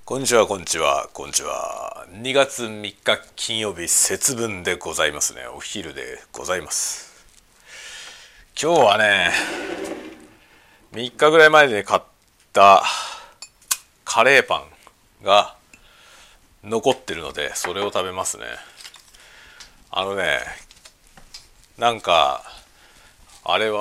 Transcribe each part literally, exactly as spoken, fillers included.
こんにちは、こんにちは、こんにちは。にがつみっか金曜日節分でございますね。お昼でございます。今日はね、みっかぐらい前で買ったカレーパンが残ってるので、それを食べますね。あのね、なんか、あれ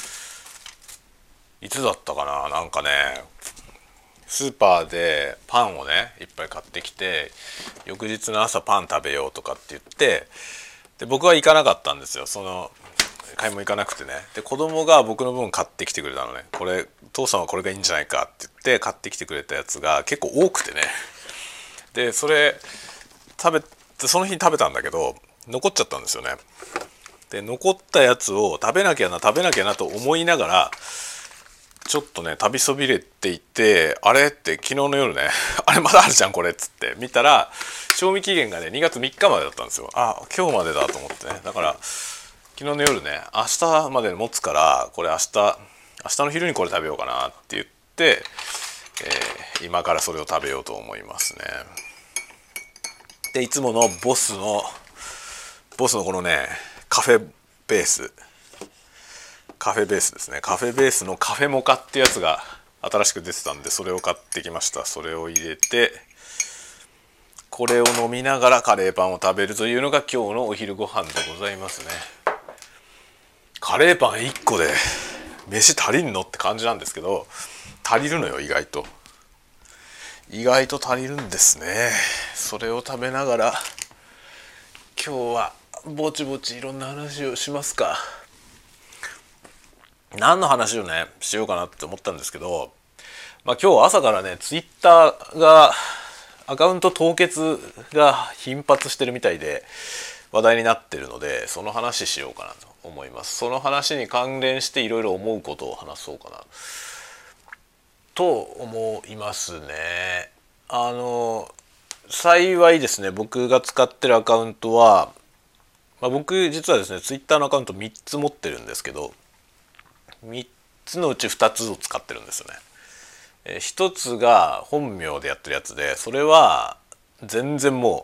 はいつだったかな、なんかね、スーパーでパンをねいっぱい買ってきて、翌日の朝パン食べようとかって言って、で僕は行かなかったんですよ。その買い物行かなくてね。で子供が僕の分買ってきてくれたのね。これ父さんはこれがいいんじゃないかって言って買ってきてくれたやつが結構多くてね。でそれ食べて、その日に食べたんだけど残っちゃったんですよね。で残ったやつを食べなきゃな食べなきゃなと思いながら、ちょっとね旅そびれていて、あれって昨日の夜ねあれまだあるじゃんこれっつって見たら、賞味期限がねにがつみっかまでだったんですよ。あ、今日までだと思ってね。だから昨日の夜ね、明日まで持つからこれ明日明日の昼にこれ食べようかなって言って、えー、今からそれを食べようと思いますね。でいつものボスのボスのこのねカフェベースカフェベースですね。カフェベースのカフェモカってやつが新しく出てたんで、それを買ってきました。それを入れて、これを飲みながらカレーパンを食べるというのが今日のお昼ご飯でございますね。カレーパンいっこで飯足りんのって感じなんですけど、足りるのよ。意外と意外と足りるんですね。それを食べながら今日はぼちぼちいろんな話をしますか。何の話をねしようかなって思ったんですけど、まあ、今日朝からねツイッターがアカウント凍結が頻発してるみたいで話題になってるので、その話しようかなと思います。その話に関連していろいろ思うことを話そうかなと思いますね。あの幸いですね、僕が使ってるアカウントは、まあ、僕実はですねツイッターのアカウントみっつ持ってるんですけど、みっつのうちふたつを使ってるんですよね。えひとつが本名でやってるやつで、それは全然も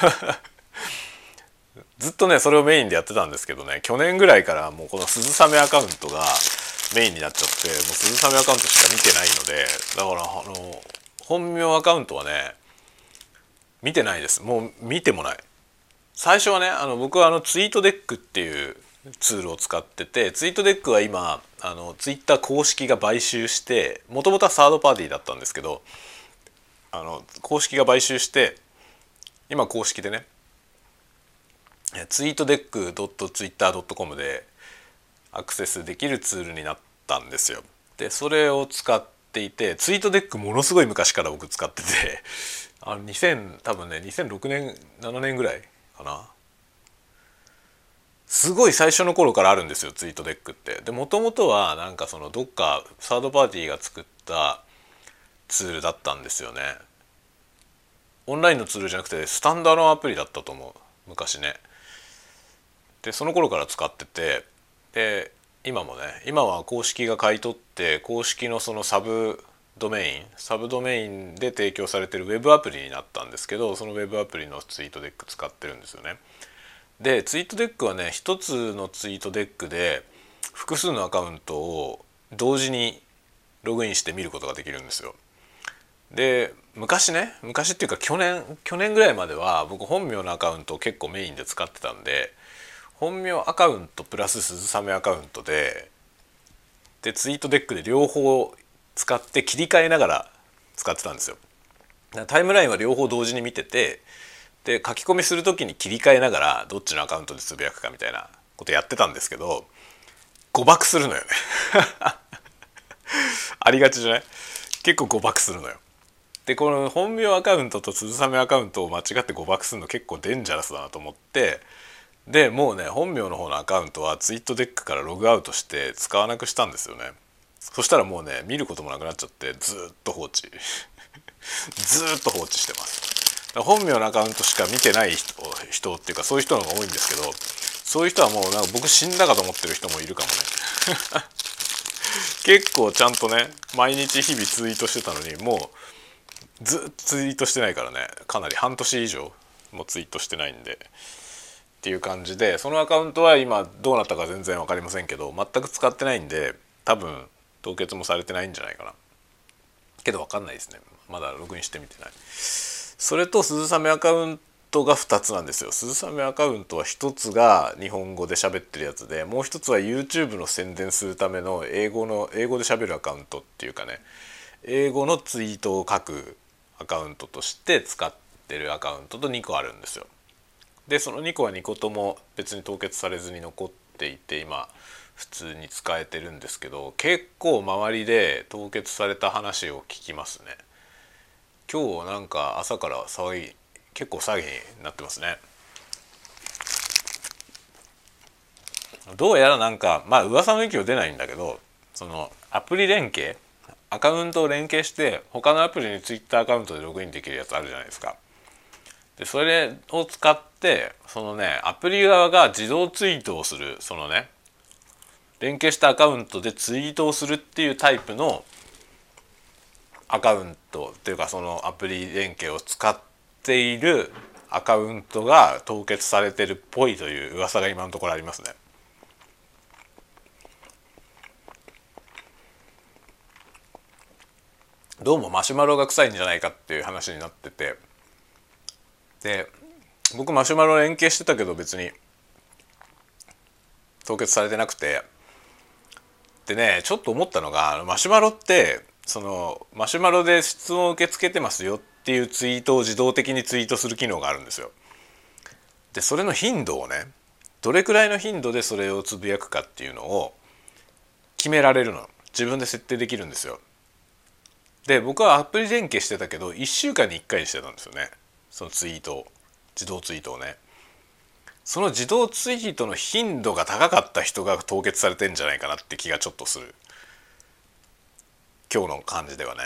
うずっとねそれをメインでやってたんですけどね、去年ぐらいからもうこの鈴雨アカウントがメインになっちゃって、もう鈴雨アカウントしか見てないので、だからあの本名アカウントはね見てないです。もう見てもない。最初はね、あの僕はあのツイートデックっていうツールを使ってて、ツイートデックは今あのツイッター公式が買収して、もともとはサードパーティーだったんですけど、あの公式が買収して今公式でね、ツイートデック ドットツイッタードットコム でアクセスできるツールになったんですよ。でそれを使っていて、ツイートデックものすごい昔から僕使っててあのにせん多分ねにせんろくねんななねんぐらいかな、すごい最初の頃からあるんですよツイートデックって。でもともとはなんかそのどっかサードパーティーが作ったツールだったんですよね。オンラインのツールじゃなくてスタンダードアプリだったと思う、昔ね。でその頃から使ってて、で今もね、今は公式が買い取って公式のそのサブドメインサブドメインで提供されてるウェブアプリになったんですけど、そのウェブアプリのツイートデック使ってるんですよね。でツイートデックはね、一つのツイートデックで複数のアカウントを同時にログインして見ることができるんですよ。で昔ね昔っていうか去年去年ぐらいまでは僕本名のアカウントを結構メインで使ってたんで、本名アカウントプラス鈴雨アカウントででツイートデックで両方使って切り替えながら使ってたんですよ。タイムラインは両方同時に見てて、で書き込みする時に切り替えながらどっちのアカウントでつぶやくかみたいなことやってたんですけど、誤爆するのよねありがちじゃない？結構誤爆するのよ。でこの本名アカウントと鈴雨アカウントを間違って誤爆するの結構デンジャラスだなと思って、でもうね本名の方のアカウントはツイートデックからログアウトして使わなくしたんですよね。そしたらもうね見ることもなくなっちゃって、ずーっと放置ずーっと放置してます。本名のアカウントしか見てない人人っていうかそういう人の方が多いんですけど、そういう人はもうなんか僕死んだかと思ってる人もいるかもね結構ちゃんとね毎日日々ツイートしてたのに、もずっとツイートしてないからね、かなり半年以上もツイートしてないんでっていう感じで、そのアカウントは今どうなったか全然分かりませんけど、全く使ってないんで多分凍結もされてないんじゃないかな。けど分かんないですね、まだログインしてみてない。それと鈴雨アカウントがふたつなんですよ。鈴雨アカウントはひとつが日本語で喋ってるやつで、もう一つは YouTube の宣伝するための英語の英語で喋るアカウントっていうかね、英語のツイートを書くアカウントとして使ってるアカウントとにこあるんですよ。でそのにこはにことも別に凍結されずに残っていて、今普通に使えてるんですけど、結構周りで凍結された話を聞きますね。今日なんか朝から騒ぎ結構騒ぎになってますね。どうやらなんかまあ噂の域は出ないんだけど、そのアプリ連携、アカウントを連携して他のアプリに Twitter アカウントでログインできるやつあるじゃないですか。でそれを使ってそのねアプリ側が自動ツイートをする、そのね連携したアカウントでツイートをするっていうタイプのアカウントっていうか、そのアプリ連携を使っているアカウントが凍結されてるっぽいという噂が今のところありますね。どうもマシュマロが臭いんじゃないかっていう話になってて、で僕マシュマロ連携してたけど別に凍結されてなくて、でねちょっと思ったのが、マシュマロってそのマシュマロで質問を受け付けてますよっていうツイートを自動的にツイートする機能があるんですよ。でそれの頻度をね、どれくらいの頻度でそれをつぶやくかっていうのを決められるの、自分で設定できるんですよ。で僕はアプリ連携してたけどいっしゅうかんにいっかいにしてたんですよね、そのツイートを、自動ツイートをね。その自動ツイートの頻度が高かった人が凍結されてんじゃないかなって気がちょっとする、今日の感じではね。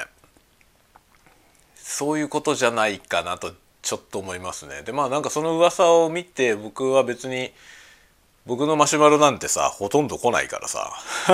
そういうことじゃないかなとちょっと思いますね。でまあなんかその噂を見て、僕は別に僕のマシュマロなんてさほとんど来ないからさ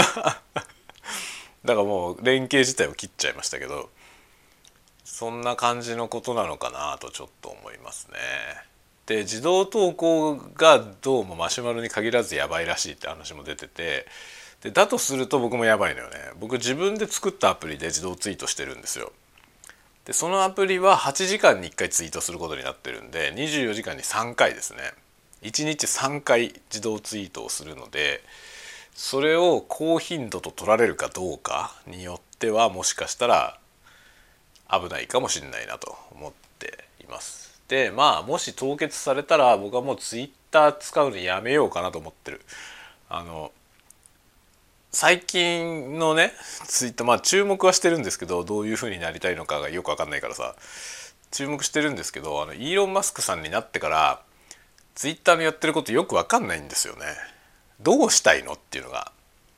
だからもう連携自体を切っちゃいましたけど、そんな感じのことなのかなとちょっと思いますね。で自動投稿がどうもマシュマロに限らずやばいらしいって話も出てて、でだとすると僕もやばいのよね。僕自分で作ったアプリで自動ツイートしてるんですよ。でそのアプリははちじかんにいっかいツイートすることになってるんで、にじゅうよじかんにさんかいですね。いちにちさんかい自動ツイートをするので、それを高頻度と取られるかどうかによってはもしかしたら危ないかもしれないなと思っています。でまあもし凍結されたら僕はもうツイッター使うのやめようかなと思ってる。あの最近のねツイッター、まあ注目はしてるんですけど、どういう風になりたいのかがよく分かんないからさ注目してるんですけど、あのイーロン・マスクさんになってからツイッターのやってることよく分かんないんですよね。どうしたいのっていうのが、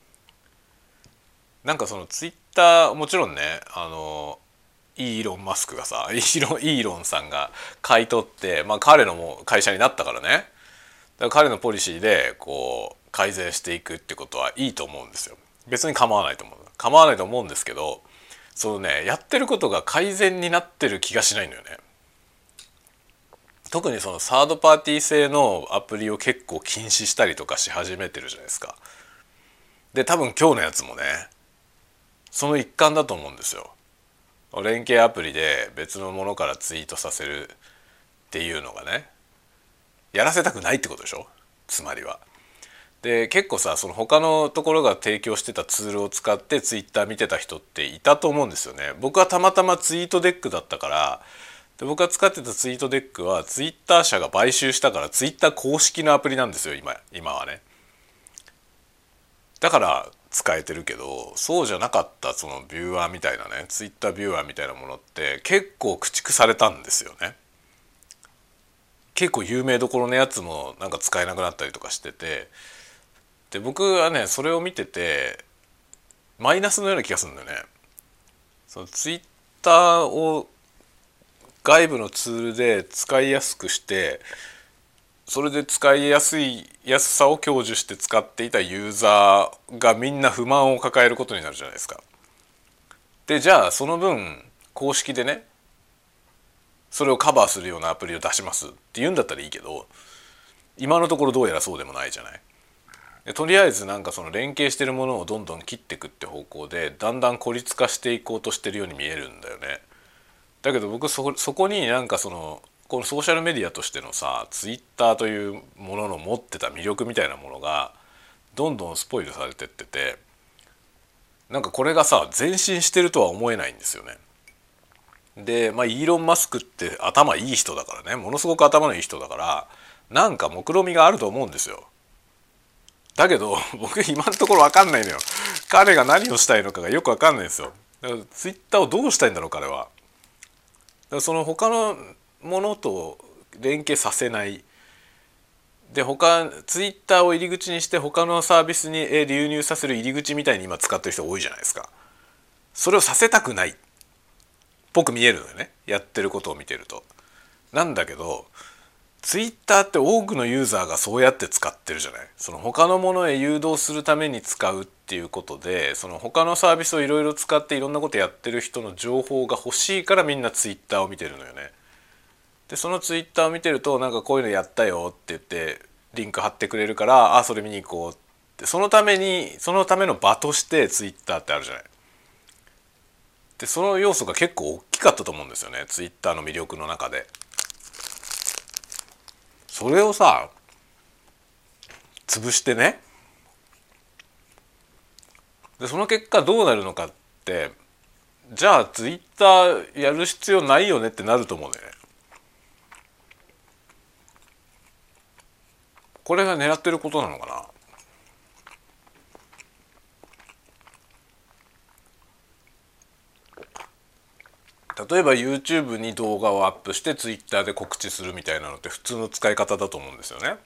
なんかそのツイッターもちろんね、あのイーロン・マスクがさイーロン、イーロンさんが買い取って、まあ彼のもう会社になったからね、だから彼のポリシーでこう改善していくってことはいいと思うんですよ。別に構わないと思う構わないと思うんですけど、そのねやってることが改善になってる気がしないのよね。特にそのサードパーティー製のアプリを結構禁止したりとかし始めてるじゃないですか。で多分今日のやつもねその一環だと思うんですよ。連携アプリで別のものからツイートさせるっていうのがね、やらせたくないってことでしょ、つまりは。で結構さ、その他のところが提供してたツールを使ってツイッター見てた人っていたと思うんですよね。僕はたまたまツイートデックだったから、で僕が使ってたツイートデックはツイッター社が買収したからツイッター公式のアプリなんですよ、今今はね。だから使えてるけど、そうじゃなかったそのビューアーみたいなね、ツイッタービューアーみたいなものって結構駆逐されたんですよね。結構有名どころのやつもなんか使えなくなったりとかしてて、で僕はねそれを見ててマイナスのような気がするんだよね。そのツイッターを外部のツールで使いやすくして、それで使いやすい安さを享受して使っていたユーザーがみんな不満を抱えることになるじゃないですか。でじゃあその分公式でねそれをカバーするようなアプリを出しますって言うんだったらいいけど、今のところどうやらそうでもないじゃない。でとりあえずなんかその連携してるものをどんどん切っていくって方向でだんだん孤立化していこうとしてるように見えるんだよね。だけど僕そそこになんかそのこのソーシャルメディアとしてのさツイッターというものの持ってた魅力みたいなものがどんどんスポイルされてってて、なんかこれがさ前進してるとは思えないんですよね。でまあイーロン・マスクって頭いい人だからね、ものすごく頭のいい人だからなんか目論見があると思うんですよ。だけど僕今のところ分かんないのよ。彼が何をしたいのかがよく分かんないんですよ。だからツイッターをどうしたいんだろう彼は。だからその他のものと連携させないで、他ツイッターを入り口にして他のサービスに流入させる入り口みたいに今使ってる人多いじゃないですか。それをさせたくないっぽく見えるのよね、やってることを見てると。なんだけどツイッターって多くのユーザーがそうやって使ってるじゃない。その他のものへ誘導するために使うっていうことで、その他のサービスをいろいろ使っていろんなことやってる人の情報が欲しいからみんなツイッターを見てるのよね。でそのツイッターを見てるとなんかこういうのやったよって言ってリンク貼ってくれるから、あそれ見に行こうって、そのためにそのための場としてツイッターってあるじゃない。でその要素が結構大きかったと思うんですよね、ツイッターの魅力の中で。それをさ潰してね、でその結果どうなるのかって、じゃあツイッターやる必要ないよねってなると思うんだよね。これが狙ってることなのかな。例えば YouTube に動画をアップして Twitter で告知するみたいなのって普通の使い方だと思うんですよね。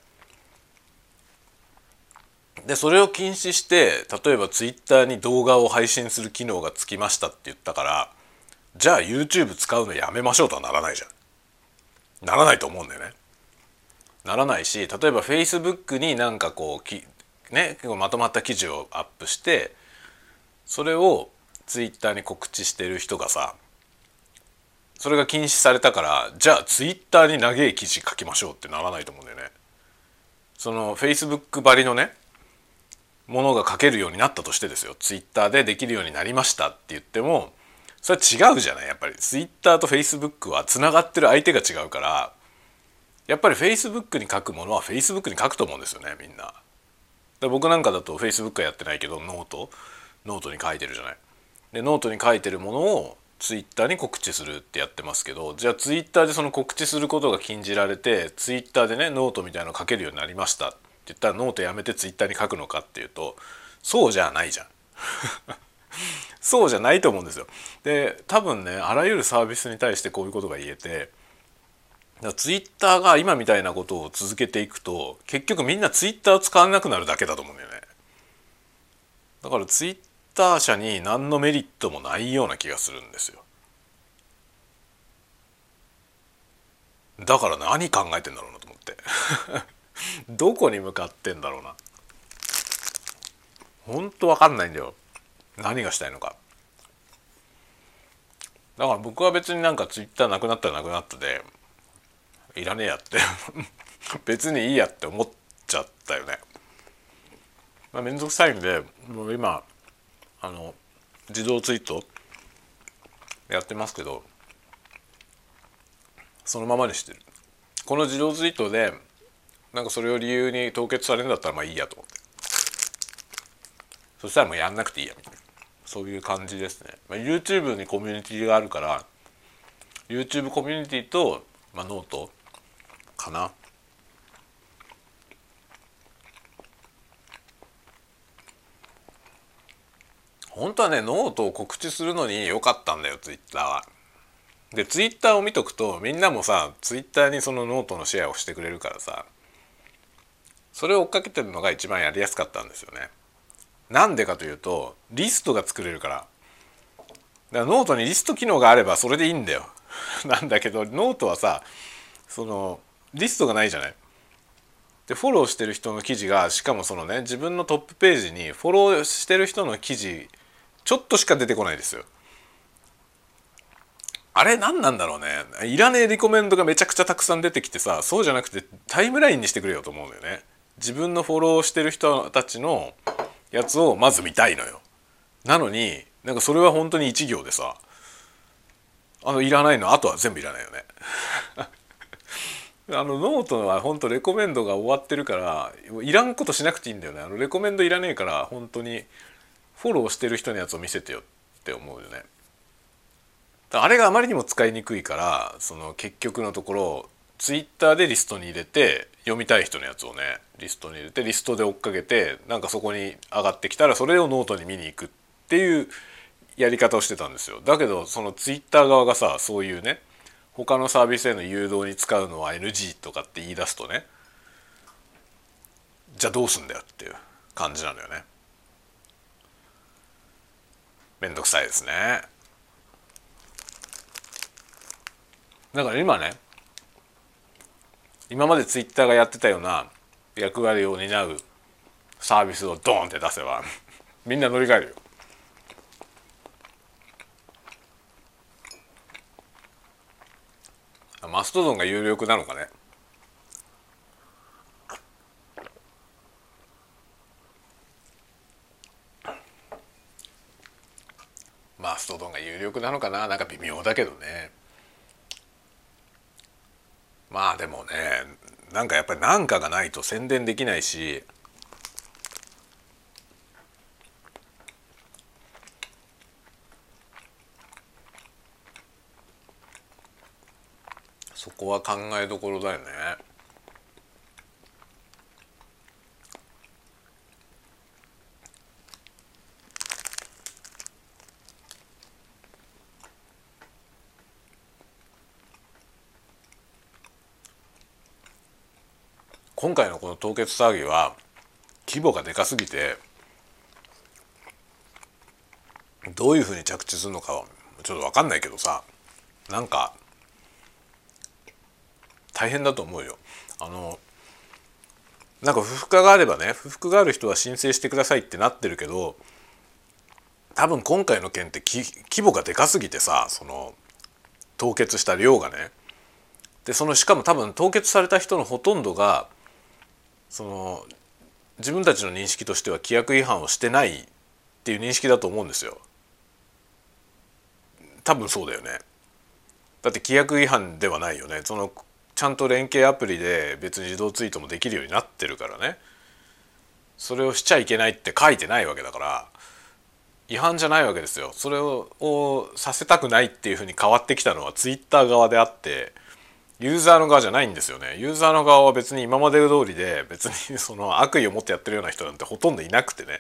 でそれを禁止して例えば Twitter に動画を配信する機能がつきましたって言ったから、じゃあ YouTube 使うのやめましょうとはならないじゃん。ならないと思うんだよね。ならないし、例えば Facebook になんかこうきねまとまった記事をアップしてそれを Twitter に告知してる人がさ、それが禁止されたからじゃあツイッターに長い記事書きましょうってならないと思うんだよね。その Facebook ばりのねものが書けるようになったとしてですよ、ツイッターでできるようになりましたって言ってもそれは違うじゃない。やっぱりツイッターと Facebook はつながってる相手が違うから、やっぱり Facebook に書くものは Facebook に書くと思うんですよねみんな。で僕なんかだと Facebook はやってないけどノートノートに書いてるじゃない。でノートに書いてるものをツイッターに告知するってやってますけど、じゃあツイッターでその告知することが禁じられてツイッターでねノートみたいなの書けるようになりましたって言ったらノートやめてツイッターに書くのかっていうとそうじゃないじゃんそうじゃないと思うんですよ。で多分ねあらゆるサービスに対してこういうことが言えて、ツイッターが今みたいなことを続けていくと結局みんなツイッターを使わなくなるだけだと思うんだよね。だからツイッター社に何のメリットもないような気がするんですよ。だから何考えてんだろうなと思ってどこに向かってんだろうな、ほんと分かんないんだよ何がしたいのか。だから僕は別になんかツイッターなくなったらなくなったでいらねえやって別にいいやって思っちゃったよね。まあ、めんどくさいんでもう今あの自動ツイートやってますけどそのままにしてる。この自動ツイートでなんかそれを理由に凍結されるんだったらまあいいやと思って、そしたらもうやんなくていいやみたいな、そういう感じですね。まあ、YouTube にコミュニティがあるから YouTube コミュニティと、まあ、ノートかな。本当はねノートを告知するのに良かったんだよツイッターは。でツイッターを見とくとみんなもさツイッターにそのノートのシェアをしてくれるからさ、それを追っかけてるのが一番やりやすかったんですよね。なんでかというとリストが作れるから。だからノートにリスト機能があればそれでいいんだよなんだけどノートはさそのリストがないじゃない。でフォローしてる人の記事がしかもそのね自分のトップページにフォローしてる人の記事ちょっとしか出てこないですよ。 あれ何なんだろうね。いらねえリコメンドがめちゃくちゃたくさん出てきてさ、そうじゃなくてタイムラインにしてくれよと思うんだよね。自分のフォローしてる人たちのやつをまず見たいのよ。なのになんかそれは本当に一行でさ、あのいらないのあとは全部いらないよね。あのノートは本当レコメンドが終わってるからいらんことしなくていいんだよね。あのレコメンドいらねえから本当にフォローしてる人のやつを見せてよって思うよね。あれがあまりにも使いにくいから、その結局のところツイッターでリストに入れて、読みたい人のやつをねリストに入れてリストで追っかけて、なんかそこに上がってきたらそれをノートに見に行くっていうやり方をしてたんですよ。だけどそのツイッター側がさ、そういうね他のサービスへの誘導に使うのは エヌジー とかって言い出すとね、じゃあどうすんだよっていう感じなのよね。めんどくさいですね。だから今ね、今までツイッターがやってたような役割を担うサービスをドーンって出せばみんな乗り換えるよ。マストドンが有力なのかね。マストドンが有力なのかな、なんか微妙だけどね。まあでもね、なんかやっぱり何かがないと宣伝できないし、そこは考えどころだよね。今回のこの凍結騒ぎは規模がでかすぎて、どういうふうに着地するのかはちょっと分かんないけどさ、なんか大変だと思うよ。あのなんか不服があればね、不服がある人は申請してくださいってなってるけど、多分今回の件って規模がでかすぎてさ、その凍結した量がね、でそのしかも多分凍結された人のほとんどがその自分たちの認識としては規約違反をしてないっていう認識だと思うんですよ。多分そうだよね。だって規約違反ではないよね。そのちゃんと連携アプリで別に自動ツイートもできるようになってるからね。それをしちゃいけないって書いてないわけだから違反じゃないわけですよ。それををさせたくないっていうふうに変わってきたのはツイッター側であってユーザーの側じゃないんですよね。ユーザーの側は別に今まで通りで、別にその悪意を持ってやってるような人なんてほとんどいなくてね。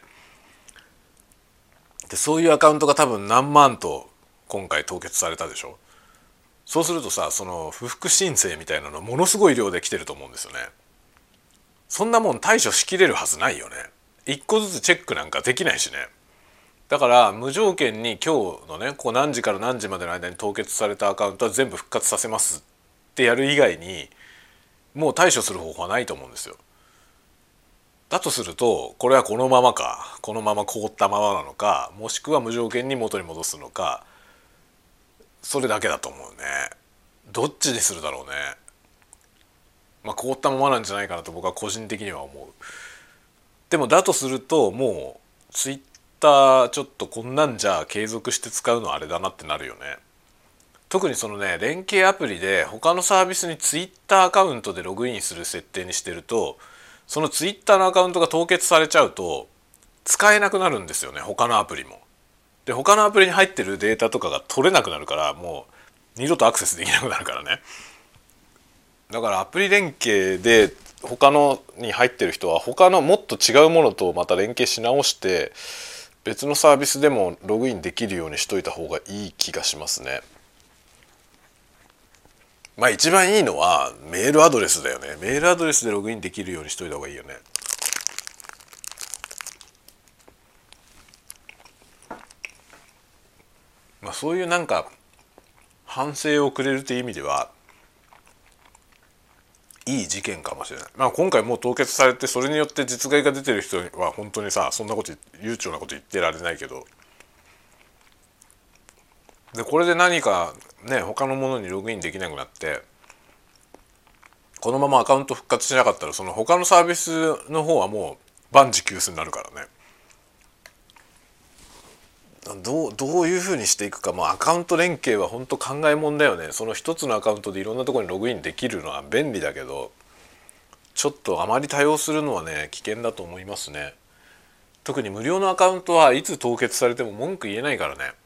でそういうアカウントが多分何万と今回凍結されたでしょ。そうするとさ、その不服申請みたいなのものすごい量で来てると思うんですよね。そんなもん対処しきれるはずないよね。一個ずつチェックなんかできないしね。だから無条件に今日のね、こう何時から何時までの間に凍結されたアカウントは全部復活させますってやる以外にもう対処する方法はないと思うんですよ。だとするとこれはこのままか、このまま凍ったままなのか、もしくは無条件に元に戻すのか、それだけだと思うね。どっちにするだろうね。まあ凍ったままなんじゃないかなと僕は個人的には思う。でもだとするともうツイッターちょっとこんなんじゃ継続して使うのはあれだなってなるよね。特にそのね連携アプリで他のサービスにツイッターアカウントでログインする設定にしてると、そのツイッターのアカウントが凍結されちゃうと使えなくなるんですよね、他のアプリも。で他のアプリに入ってるデータとかが取れなくなるから、もう二度とアクセスできなくなるからね。だからアプリ連携で他のに入ってる人は他のもっと違うものとまた連携し直して別のサービスでもログインできるようにしといた方がいい気がしますね。まあ一番いいのはメールアドレスだよね。メールアドレスでログインできるようにしといた方がいいよね。まあそういうなんか反省をくれるという意味ではいい事件かもしれない。まあ今回もう凍結されてそれによって実害が出てる人は本当にさ、そんなこと悠長なこと言ってられないけど、 でこれで何かね他のものにログインできなくなってこのままアカウント復活しなかったらその他のサービスの方はもう万事休すになるからね。どうどういうふうにしていくか、まあ、アカウント連携は本当考えもんだよね。その一つのアカウントでいろんなところにログインできるのは便利だけどちょっとあまり多用するのはね危険だと思いますね。特に無料のアカウントはいつ凍結されても文句言えないからね。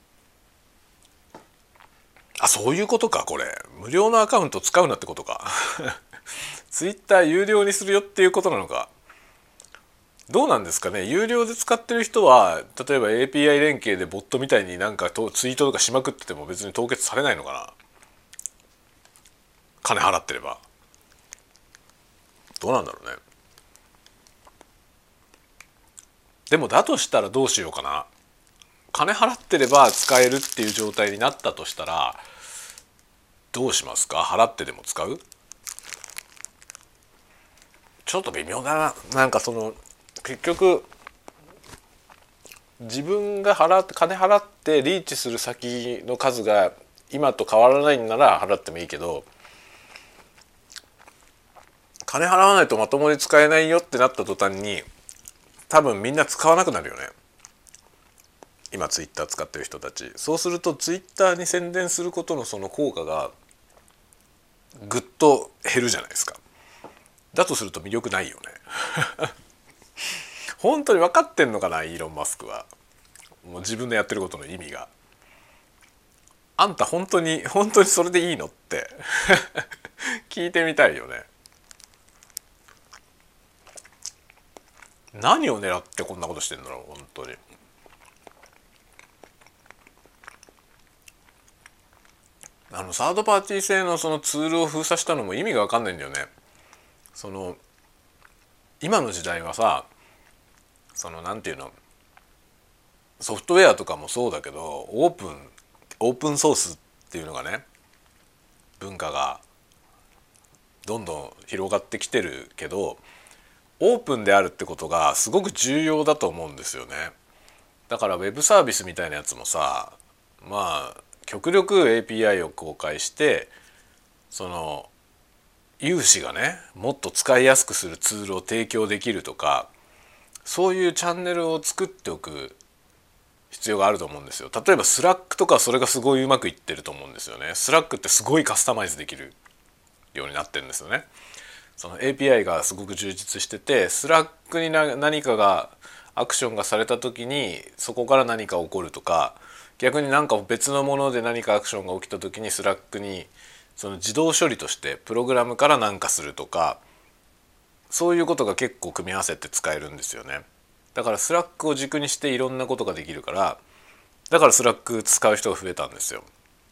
あ、そういうことか。これ無料のアカウント使うなってことか。ツイッター有料にするよっていうことなのか。どうなんですかね。有料で使ってる人は例えば エーピーアイ 連携でボットみたいになんかとツイートとかしまくってても別に凍結されないのかな。金払ってれば。どうなんだろうね。でもだとしたらどうしようかな。金払ってれば使えるっていう状態になったとしたらどうしますか。払ってでも使う？ちょっと微妙だな。なんかその結局自分が払って金払ってリーチする先の数が今と変わらないんなら払ってもいいけど金払わないとまともに使えないよってなった途端に多分みんな使わなくなるよね。今ツイッター使ってる人たち。そうするとツイッターに宣伝することのその効果がぐっと減るじゃないですか。だとすると魅力ないよね。本当に分かってんのかなイーロン・マスクは。もう自分のやってることの意味が。あんた本当に本当にそれでいいのって聞いてみたいよね。何を狙ってこんなことしてんだろう本当に。あのサードパーティー製のそのツールを封鎖したのも意味が分かんないんだよね。その今の時代はさそのなんていうのソフトウェアとかもそうだけどオープンオープンソースっていうのがね文化がどんどん広がってきてるけどオープンであるってことがすごく重要だと思うんですよね。だからウェブサービスみたいなやつもさまあ極力 エーピーアイ を公開してその有志がねもっと使いやすくするツールを提供できるとかそういうチャンネルを作っておく必要があると思うんですよ。例えばスラックとかそれがすごいうまくいってると思うんですよね。スラックってすごいカスタマイズできるようになってるんですよね。その エーピーアイ がすごく充実しててスラックに何かがアクションがされた時にそこから何か起こるとか逆に何か別のもので何かアクションが起きた時にスラックにその自動処理としてプログラムから何かするとかそういうことが結構組み合わせて使えるんですよね。だからスラックを軸にしていろんなことができるからだからスラック使う人が増えたんですよ。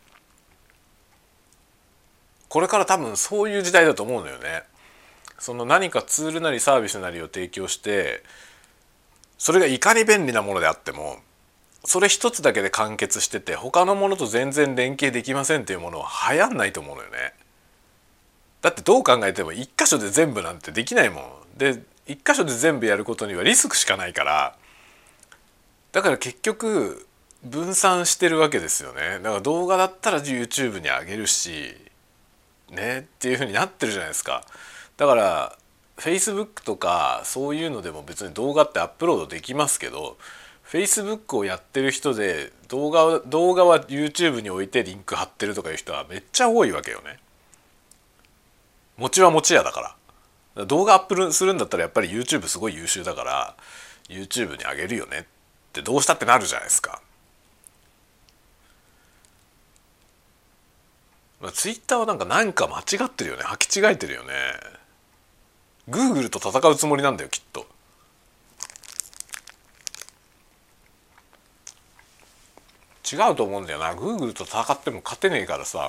これから多分そういう時代だと思うのよね。その何かツールなりサービスなりを提供してそれがいかに便利なものであってもそれ一つだけで完結してて他のものと全然連携できませんっていうものは流行んないと思うのよね。だってどう考えても一箇所で全部なんてできないもんで一箇所で全部やることにはリスクしかないからだから結局分散してるわけですよね。だから動画だったら YouTube に上げるしねっていう風になってるじゃないですか。だから Facebook とかそういうのでも別に動画ってアップロードできますけど Facebook をやってる人で動画動画は YouTube に置いてリンク貼ってるとかいう人はめっちゃ多いわけよね。餅は餅屋だから動画アップするんだったらやっぱり YouTube すごい優秀だから YouTube に上げるよねってどうしたってなるじゃないですか。ツイッターはなんか何か間違ってるよね。履き違えてるよね。Google と戦うつもりなんだよきっと。違うと思うんだよな。 Google と戦っても勝てねえからさ。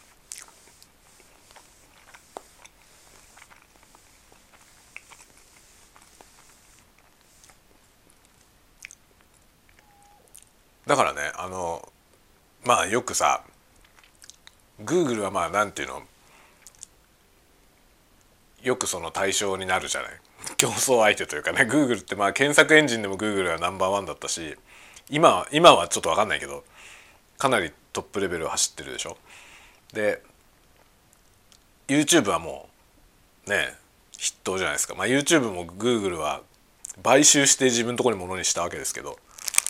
だからねあのまあよくさ Google はまあなんていうのよくその対象になるじゃない。競争相手というかね Google ってまあ検索エンジンでも Google がナンバーワンだったし今今はちょっと分かんないけどかなりトップレベルを走ってるでしょ。で YouTube はもうね筆頭じゃないですか。まあ YouTube も Google は買収して自分のところにものにしたわけですけど、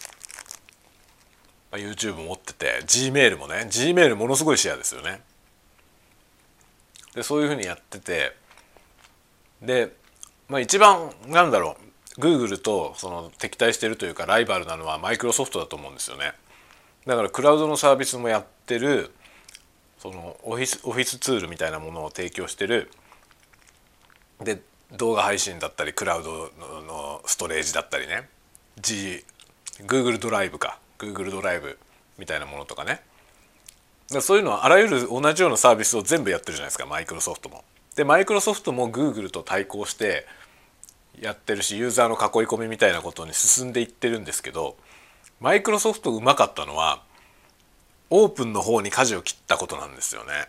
まあ、YouTube 持ってて Gmail もね Gmail ものすごいシェアですよね。でそういうふうにやってて、で、まあ、一番なんだろう Google とその敵対してるというかライバルなのはマイクロソフトだと思うんですよね。だからクラウドのサービスもやってる、そのオフィスオフィスツールみたいなものを提供してる、で動画配信だったりクラウドのストレージだったりね、 G Google ドライブか Google ドライブみたいなものとかね、そういうのはあらゆる同じようなサービスを全部やってるじゃないですか、マイクロソフトも。でマイクロソフトも Google と対抗してやってるし、ユーザーの囲い込みみたいなことに進んでいってるんですけど、マイクロソフトうまかったのはオープンの方に舵を切ったことなんですよね。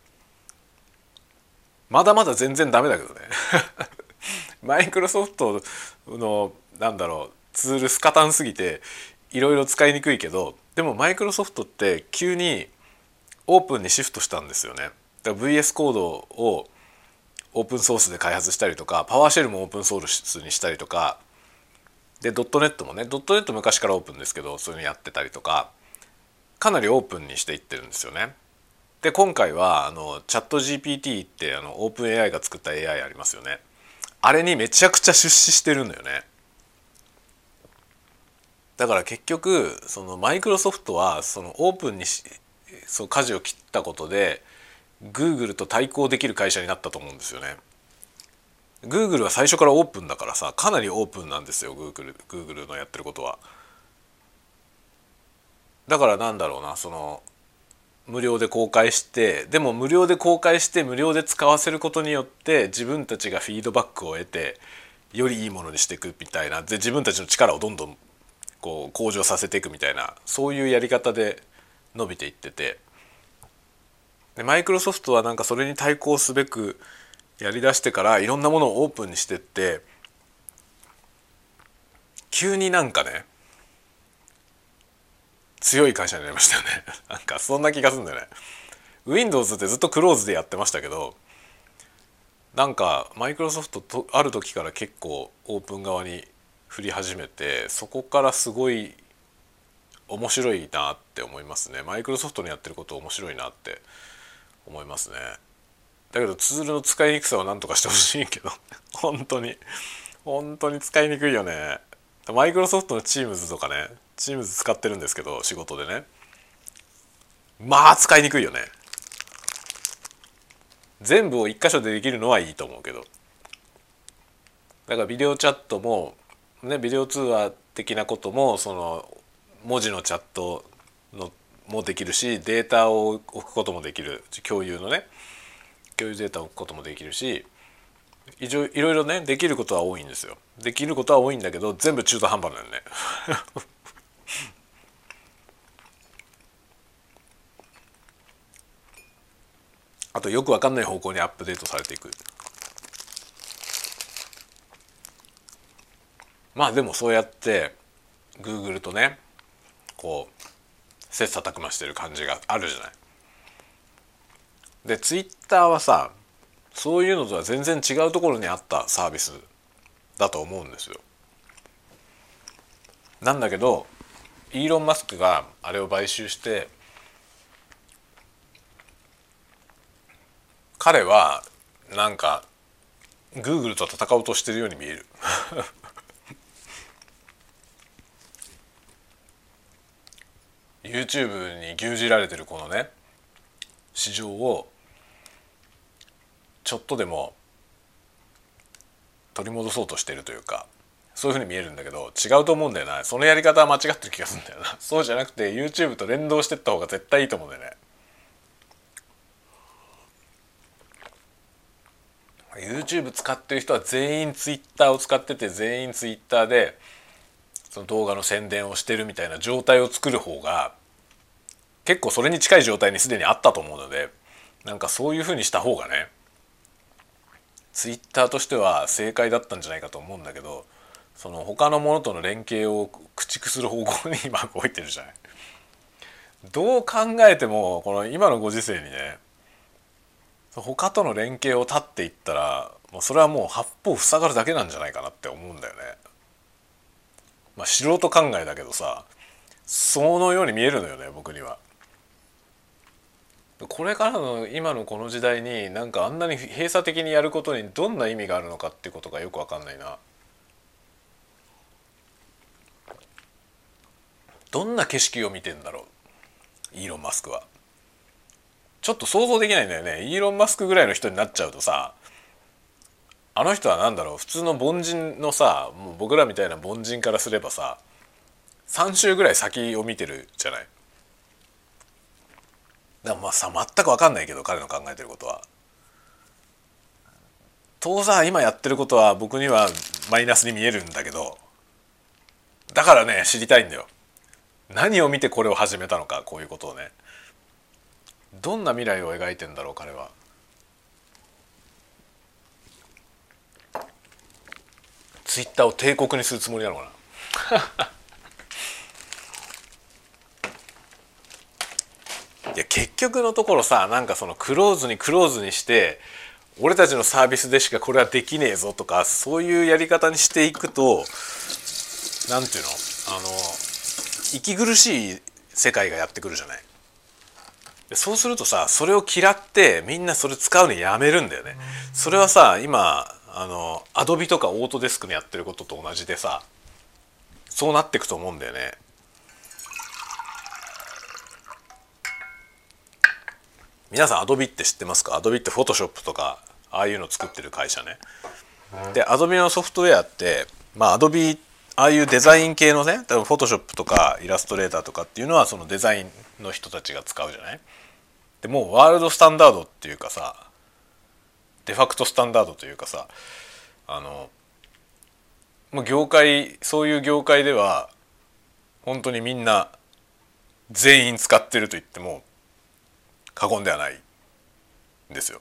まだまだ全然ダメだけどねマイクロソフトのなんだろうツールスカタンすぎていろいろ使いにくいけど、でもマイクロソフトって急にオープンにシフトしたんですよね。だから ブイエス コードをオープンソースで開発したりとか、パワーシェルもオープンソースにしたりとかで、ドットネットもね、ドットネット昔からオープンですけどそういうのやってたりとか、かなりオープンにしていってるんですよね。で今回はあのチャット ジーピーティー ってあのオープン エーアイ が作った エーアイ ありますよね。あれにめちゃくちゃ出資してるんだよね。だから結局そのマイクロソフトはそのオープンにしそう舵を切ったことで Google と対抗できる会社になったと思うんですよね。Google は最初からオープンだからさ、かなりオープンなんですよ Google, Google のやってることは。だからなんだろうな、その無料で公開して、でも無料で公開して無料で使わせることによって自分たちがフィードバックを得てよりいいものにしていくみたいな、で自分たちの力をどんどんこう向上させていくみたいな、そういうやり方で伸びていってて、でマイクロソフトはなんかそれに対抗すべくやりだしてからいろんなものをオープンにしてって、急になんかね強い会社になりましたよねなんかそんな気がするんだよね。 Windows ってずっとクローズでやってましたけど、なんかマイクロソフトとある時から結構オープン側に振り始めて、そこからすごい面白いなって思いますね。マイクロソフトのやってること面白いなって思いますね。だけどツールの使いにくさは何とかしてほしいけど本当に本当に使いにくいよね。マイクロソフトの Teams とかね、 Teams 使ってるんですけど仕事でね、まあ使いにくいよね。全部を一箇所でできるのはいいと思うけど、だからビデオチャットもね、ビデオ通話的なこともその文字のチャットのもできるし、データを置くこともできる、共有のね共有データを置くこともできるし、いろいろねできることは多いんですよ。できることは多いんだけど全部中途半端なんだよねあとよくわかんない方向にアップデートされていく。まあでもそうやって Google とねこう切磋琢磨してる感じがあるじゃない。で Twitter はさ、そういうのとは全然違うところにあったサービスだと思うんですよ。なんだけどイーロン・マスクがあれを買収して、彼はなんか Google と戦おうとしてるように見えるYouTube に牛耳られてるこのね市場をちょっとでも取り戻そうとしてるというか、そういうふうに見えるんだけど違うと思うんだよな。そのやり方は間違ってる気がするんだよな。そうじゃなくて YouTube と連動してった方が絶対いいと思うんだよね。 YouTube 使ってる人は全員 Twitter を使ってて、全員 Twitter でその動画の宣伝をしてるみたいな状態を作る方が結構それに近い状態にすでにあったと思うので、なんかそういうふうにした方がねツイッターとしては正解だったんじゃないかと思うんだけど、その他のものとの連携を駆逐する方向に今動いてるじゃない。 どう考えてもこの今のご時世にね他との連携を断っていったらもうそれはもう八方塞がるだけなんじゃないかなって思うんだよね。まあ素人考えだけどさ、そのように見えるのよね僕には。これからの今のこの時代になんかあんなに閉鎖的にやることにどんな意味があるのかっていうことがよく分かんないな。どんな景色を見てんだろうイーロン・マスクは。ちょっと想像できないんだよね。イーロン・マスクぐらいの人になっちゃうとさ、あの人はなんだろう、普通の凡人のさ、もう僕らみたいな凡人からすればささん週ぐらい先を見てるじゃない。だからまあさ全く分かんないけど彼の考えてることは当然今やってることは僕にはマイナスに見えるんだけど、だからね知りたいんだよ。何を見てこれを始めたのか、こういうことをね。どんな未来を描いてんだろう彼は。ツイッターを帝国にするつもりなのかな。いや結局のところさ、なんかそのクローズにクローズにして俺たちのサービスでしかこれはできねえぞとか、そういうやり方にしていくとなんていうの、あの息苦しい世界がやってくるじゃない。そうするとさ、それを嫌ってみんなそれ使うのやめるんだよね。それはさ今あのアドビとかオートデスクのやってることと同じでさ、そうなっていくと思うんだよね。皆さんアドビって知ってますか？アドビってフォトショップとかああいうの作ってる会社ね。でアドビのソフトウェアってまあアドビああいうデザイン系のね、多分フォトショップとかイラストレーターとかっていうのはそのデザインの人たちが使うじゃない。でもうワールドスタンダードっていうかさ、デファクトスタンダードというかさ、あのもう業界、そういう業界では本当にみんな全員使ってると言っても過言ではないんですよ。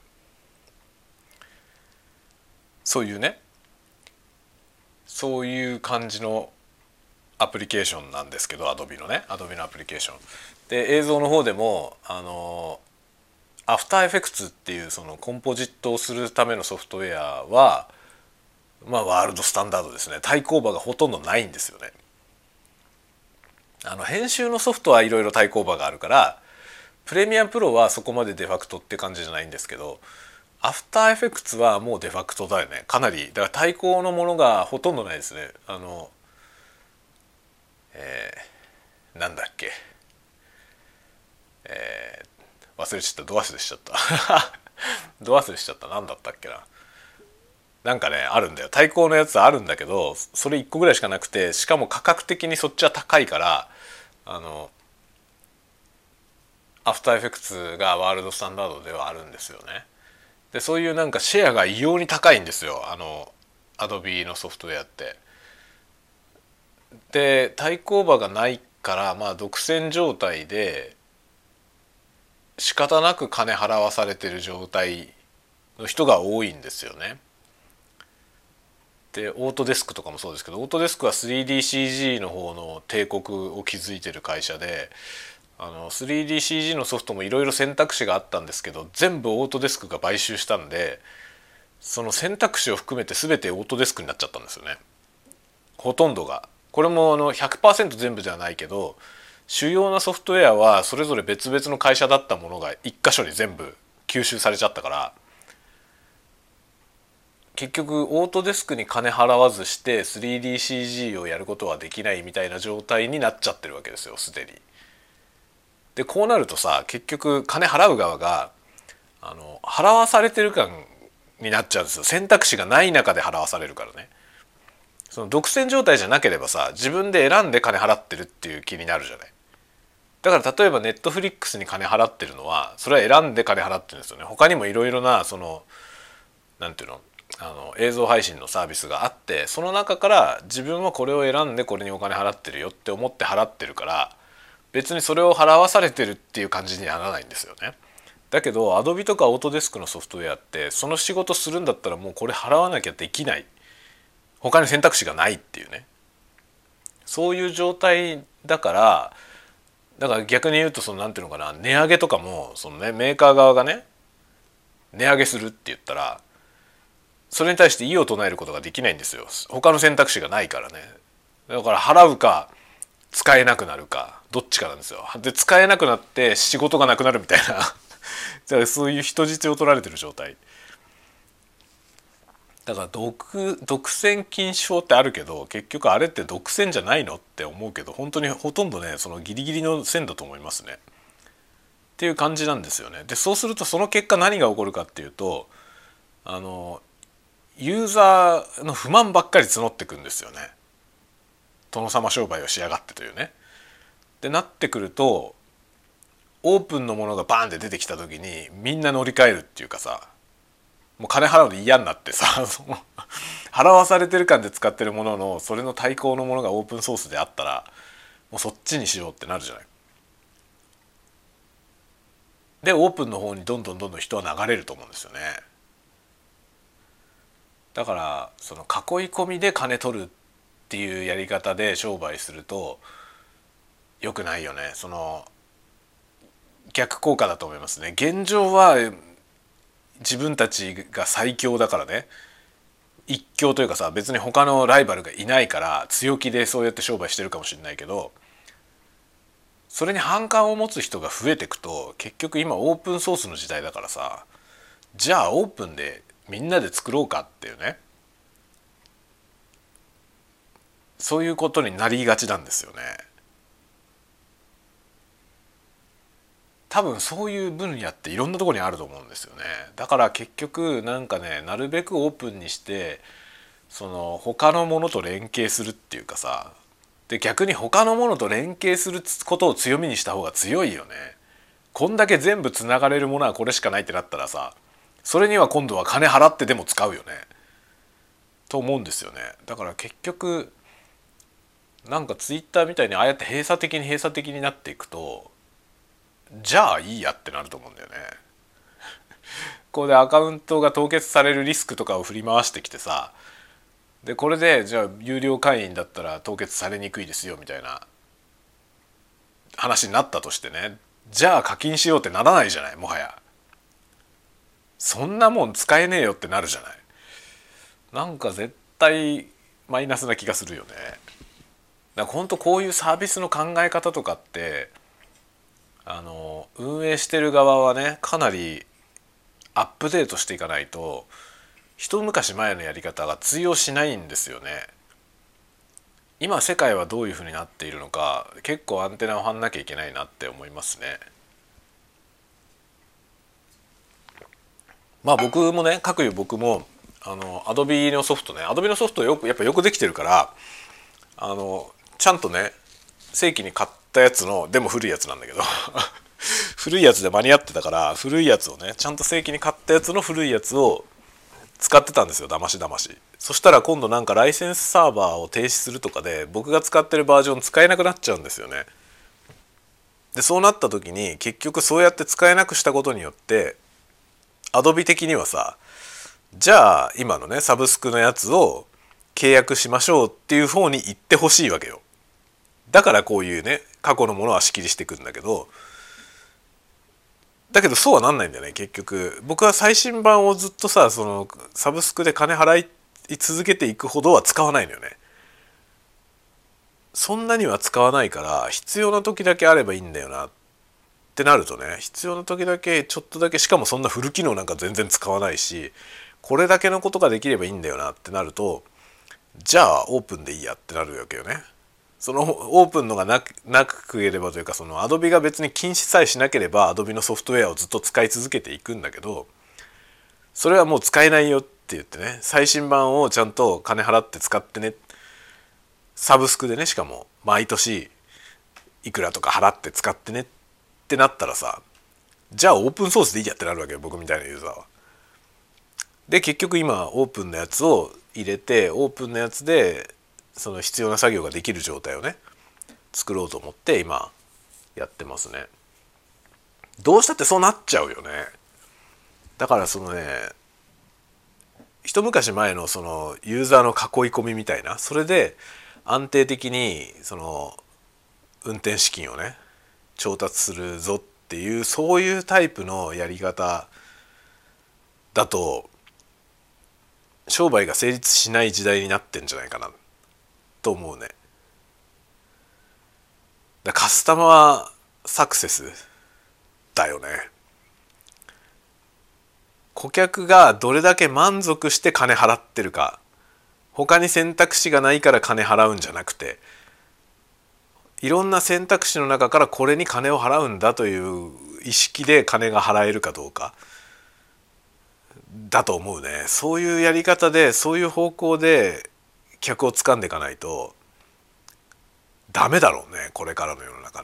そういうね、そういう感じのアプリケーションなんですけど、アドビのね、アドビのアプリケーションで映像の方でもあのアフターエフェクツっていうそのコンポジットをするためのソフトウェアはまあワールドスタンダードですね。対抗馬がほとんどないんですよね。あの編集のソフトはいろいろ対抗馬があるから、プレミアプロはそこまでデファクトって感じじゃないんですけど、アフターエフェクツはもうデファクトだよね。かなりだから対抗のものがほとんどないですね。あの、えー、なんだっけ、えー、忘れちゃった、ド忘れしちゃったド忘れしちゃった、なんだったっけな。なんかねあるんだよ、対抗のやつあるんだけど、それいっこぐらいしかなくて、しかも価格的にそっちは高いから、あのアフターエフェクツがワールドスタンダードではあるんですよね。でそういうなんかシェアが異様に高いんですよ、あのアドビのソフトウェアって。で対抗馬がないからまあ独占状態で仕方なく金払わされてる状態の人が多いんですよね。でオートデスクとかもそうですけど、オートデスクは スリーディーシージー の方の帝国を築いてる会社で、あの スリーディーシージー のソフトもいろいろ選択肢があったんですけど、全部オートデスクが買収したんで、その選択肢を含めて全てオートデスクになっちゃったんですよね、ほとんどが。これもあの ひゃくパーセント 全部じゃないけど、主要なソフトウェアはそれぞれ別々の会社だったものが一箇所に全部吸収されちゃったから、結局オートデスクに金払わずして スリーディーシージー をやることはできないみたいな状態になっちゃってるわけですよすでに。でこうなるとさ、結局金払う側があの払わされてる感になっちゃうんですよ。選択肢がない中で払わされるからね。その独占状態じゃなければさ、自分で選んで金払ってるっていう気になるじゃない。だから例えばネットフリックスに金払ってるのはそれは選んで金払ってるんですよね。他にもいろいろなそのなんていうの、あの映像配信のサービスがあって、その中から自分はこれを選んでこれにお金払ってるよって思って払ってるから、別にそれを払わされてるっていう感じにはならないんですよね。だけど Adobe とか Autodesk のソフトウェアってその仕事するんだったらもうこれ払わなきゃできない、他に選択肢がないっていうね、そういう状態だから、 だから逆に言うとそのなんていうのかな、値上げとかもそのねメーカー側がね値上げするって言ったらそれに対して異を唱えることができないんですよ。他の選択肢がないからね。だから払うか使えなくなるかどっちかなんですよ。で使えなくなって仕事がなくなるみたいなだからそういう人質を取られてる状態だから独独占禁止法ってあるけど結局あれって独占じゃないのって思うけど本当にほとんどねそのギリギリの線だと思いますねっていう感じなんですよね。でそうするとその結果何が起こるかっていうとあのユーザーの不満ばっかり募ってくんですよね。殿様商売をしやがってというね。でなってくるとオープンのものがバーンって出てきた時にみんな乗り換えるっていうかさもう金払うの嫌になってさその払わされてる感で使ってるもののそれの対抗のものがオープンソースであったらもうそっちにしようってなるじゃない。でオープンの方にどんどんどんどん人は流れると思うんですよね。だからその囲い込みで金取るっていうやり方で商売すると良くないよね。その逆効果だと思いますね。現状は自分たちが最強だからね一強というかさ別に他のライバルがいないから強気でそうやって商売してるかもしれないけどそれに反感を持つ人が増えていくと結局今オープンソースの時代だからさじゃあオープンでみんなで作ろうかっていうねそういうことになりがちなんですよね。多分そういう分野っていろんなところにあると思うんですよね。だから結局なんかねなるべくオープンにしてその他のものと連携するっていうかさで逆に他のものと連携することを強みにした方が強いよね。こんだけ全部つながれるものはこれしかないってなったらさそれには今度は金払ってでも使うよねと思うんですよね。だから結局なんかツイッターみたいにああやって閉鎖的に閉鎖的になっていくとじゃあいいやってなると思うんだよね。ここでアカウントが凍結されるリスクとかを振り回してきてさでこれでじゃあ有料会員だったら凍結されにくいですよみたいな話になったとしてねじゃあ課金しようってならないじゃない。もはやそんなもん使えねえよってなるじゃない。なんか絶対マイナスな気がするよね。だから本当こういうサービスの考え方とかってあの運営してる側はねかなりアップデートしていかないと一昔前のやり方が通用しないんですよね。今世界はどういうふうになっているのか結構アンテナを張んなきゃいけないなって思いますね。まあ僕もね各有僕もあのアドビのソフトねアドビのソフトよくやっぱよくできてるからあのちゃんとね正規に買ったやつのでも古いやつなんだけど古いやつで間に合ってたから古いやつをねちゃんと正規に買ったやつの古いやつを使ってたんですよだましだまし。そしたら今度なんかライセンスサーバーを停止するとかで僕が使ってるバージョン使えなくなっちゃうんですよね。でそうなった時に結局そうやって使えなくしたことによってアドビ的にはさじゃあ今のねサブスクのやつを契約しましょうっていう方に行ってほしいわけよ。だからこういうね過去のものは仕切りしていくんだけどだけどそうはなんないんだよね結局。僕は最新版をずっとさそのサブスクで金払い続けていくほどは使わないのよね。そんなには使わないから必要な時だけあればいいんだよなってなるとね必要な時だけちょっとだけしかもそんなフル機能なんか全然使わないしこれだけのことができればいいんだよなってなるとじゃあオープンでいいやってなるわけよね。そのオープンのがなくなくればというかそのアドビが別に禁止さえしなければアドビのソフトウェアをずっと使い続けていくんだけどそれはもう使えないよって言ってね最新版をちゃんと金払って使ってねサブスクでねしかも毎年いくらとか払って使ってねってなったらさじゃあオープンソースでいいやってなるわけよ僕みたいなユーザーは。で結局今オープンのやつを入れてオープンのやつでその必要な作業ができる状態をね作ろうと思って今やってますね。どうしたってそうなっちゃうよね。だからそのね一昔前のそのユーザーの囲い込みみたいなそれで安定的にその運転資金をね調達するぞっていう、そういうタイプのやり方だと商売が成立しない時代になってんじゃないかなと思うね。だカスタマーサクセスだよね。顧客がどれだけ満足して金払ってるか、他に選択肢がないから金払うんじゃなくて、いろんな選択肢の中からこれに金を払うんだという意識で金が払えるかどうかだと思うね。そういうやり方で、そういう方向で客を掴んでいかないとダメだろうね、これからの世の中ね。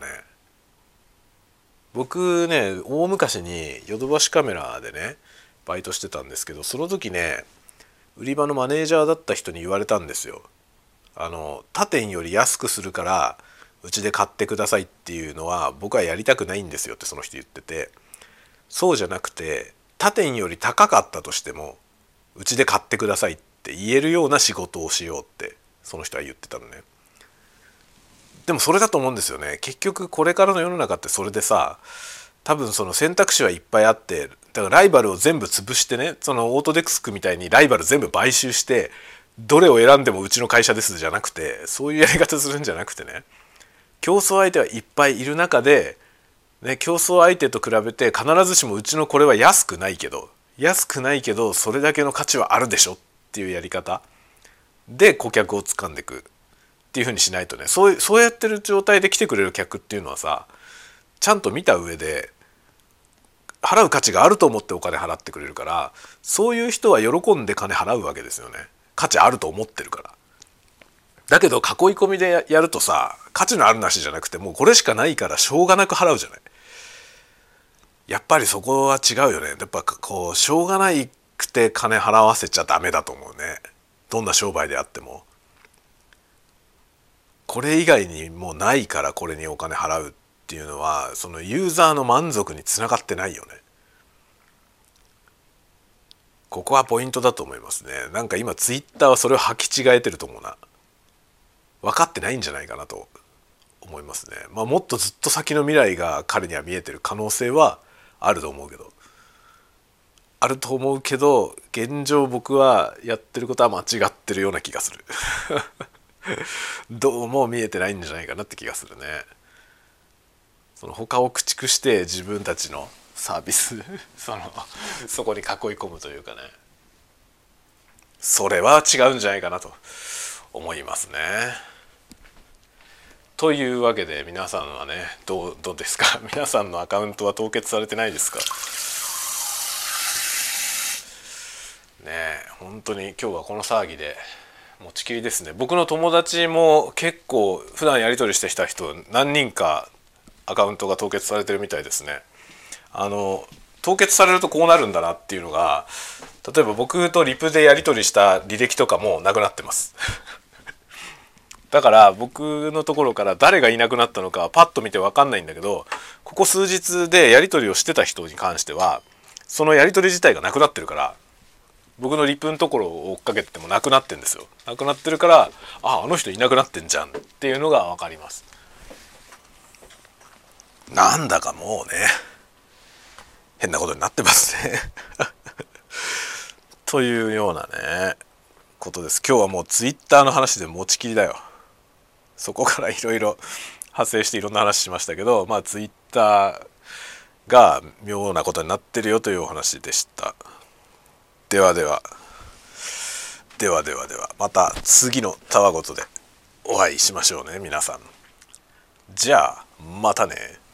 僕ね、大昔にヨドバシカメラでねバイトしてたんですけど、その時ね売り場のマネージャーだった人に言われたんですよ。あの他店より安くするからうちで買ってくださいっていうのは僕はやりたくないんですよってその人言ってて、そうじゃなくて他店より高かったとしてもうちで買ってくださいって言えるような仕事をしようってその人は言ってたのね。でもそれだと思うんですよね。結局これからの世の中ってそれでさ、多分その選択肢はいっぱいあって、だからライバルを全部潰してね、そのオートデスクみたいにライバル全部買収してどれを選んでもうちの会社ですじゃなくて、そういうやり方するんじゃなくてね、競争相手はいっぱいいる中で、ね、競争相手と比べて必ずしもうちのこれは安くないけど安くないけどそれだけの価値はあるでしょっていうやり方で顧客を掴んでいくっていう風にしないとね、そうそうやってる状態で来てくれる客っていうのはさ、ちゃんと見た上で払う価値があると思ってお金払ってくれるから、そういう人は喜んで金払うわけですよね。価値あると思ってるから。だけど囲い込みでやるとさ、価値のあるなしじゃなくてもうこれしかないからしょうがなく払うじゃない。やっぱりそこは違うよね。やっぱこうしょうがないくて金払わせちゃダメだと思うね。どんな商売であってもこれ以外にもうないからこれにお金払うっていうのはそのユーザーの満足につながってないよね。ここはポイントだと思いますね。なんか今ツイッターはそれを履き違えてると思うな。分かってないんじゃないかなと思いますね。まあもっとずっと先の未来が彼には見えてる可能性はあると思うけどあると思うけど現状僕はやってることは間違ってるような気がするどうも見えてないんじゃないかなって気がするね。その他を駆逐して自分たちのサービスそのそこに囲い込むというかね、それは違うんじゃないかなと思いますね。というわけで皆さんはねどう、どうですか皆さんのアカウントは凍結されてないですかね。え本当に今日はこの騒ぎで持ちきりですね。僕の友達も結構普段やり取りしてきた人何人かアカウントが凍結されてるみたいですね。あの凍結されるとこうなるんだなっていうのが、例えば僕とリプでやり取りした履歴とかもなくなってますだから僕のところから誰がいなくなったのかパッと見て分かんないんだけど、ここ数日でやり取りをしてた人に関してはそのやり取り自体がなくなってるから、僕のリプのところを追っかけててもなくなってんですよ。なくなってるから、ああの人いなくなってんじゃんっていうのが分かります。なんだかもうね変なことになってますねというようなねことです。今日はもうツイッターの話で持ちきりだよ。そこからいろいろ派生していろんな話しましたけど、まあツイッターが妙なことになってるよというお話でした。ではではではではではまた次のたわごとでお会いしましょうね皆さん。じゃあまたね。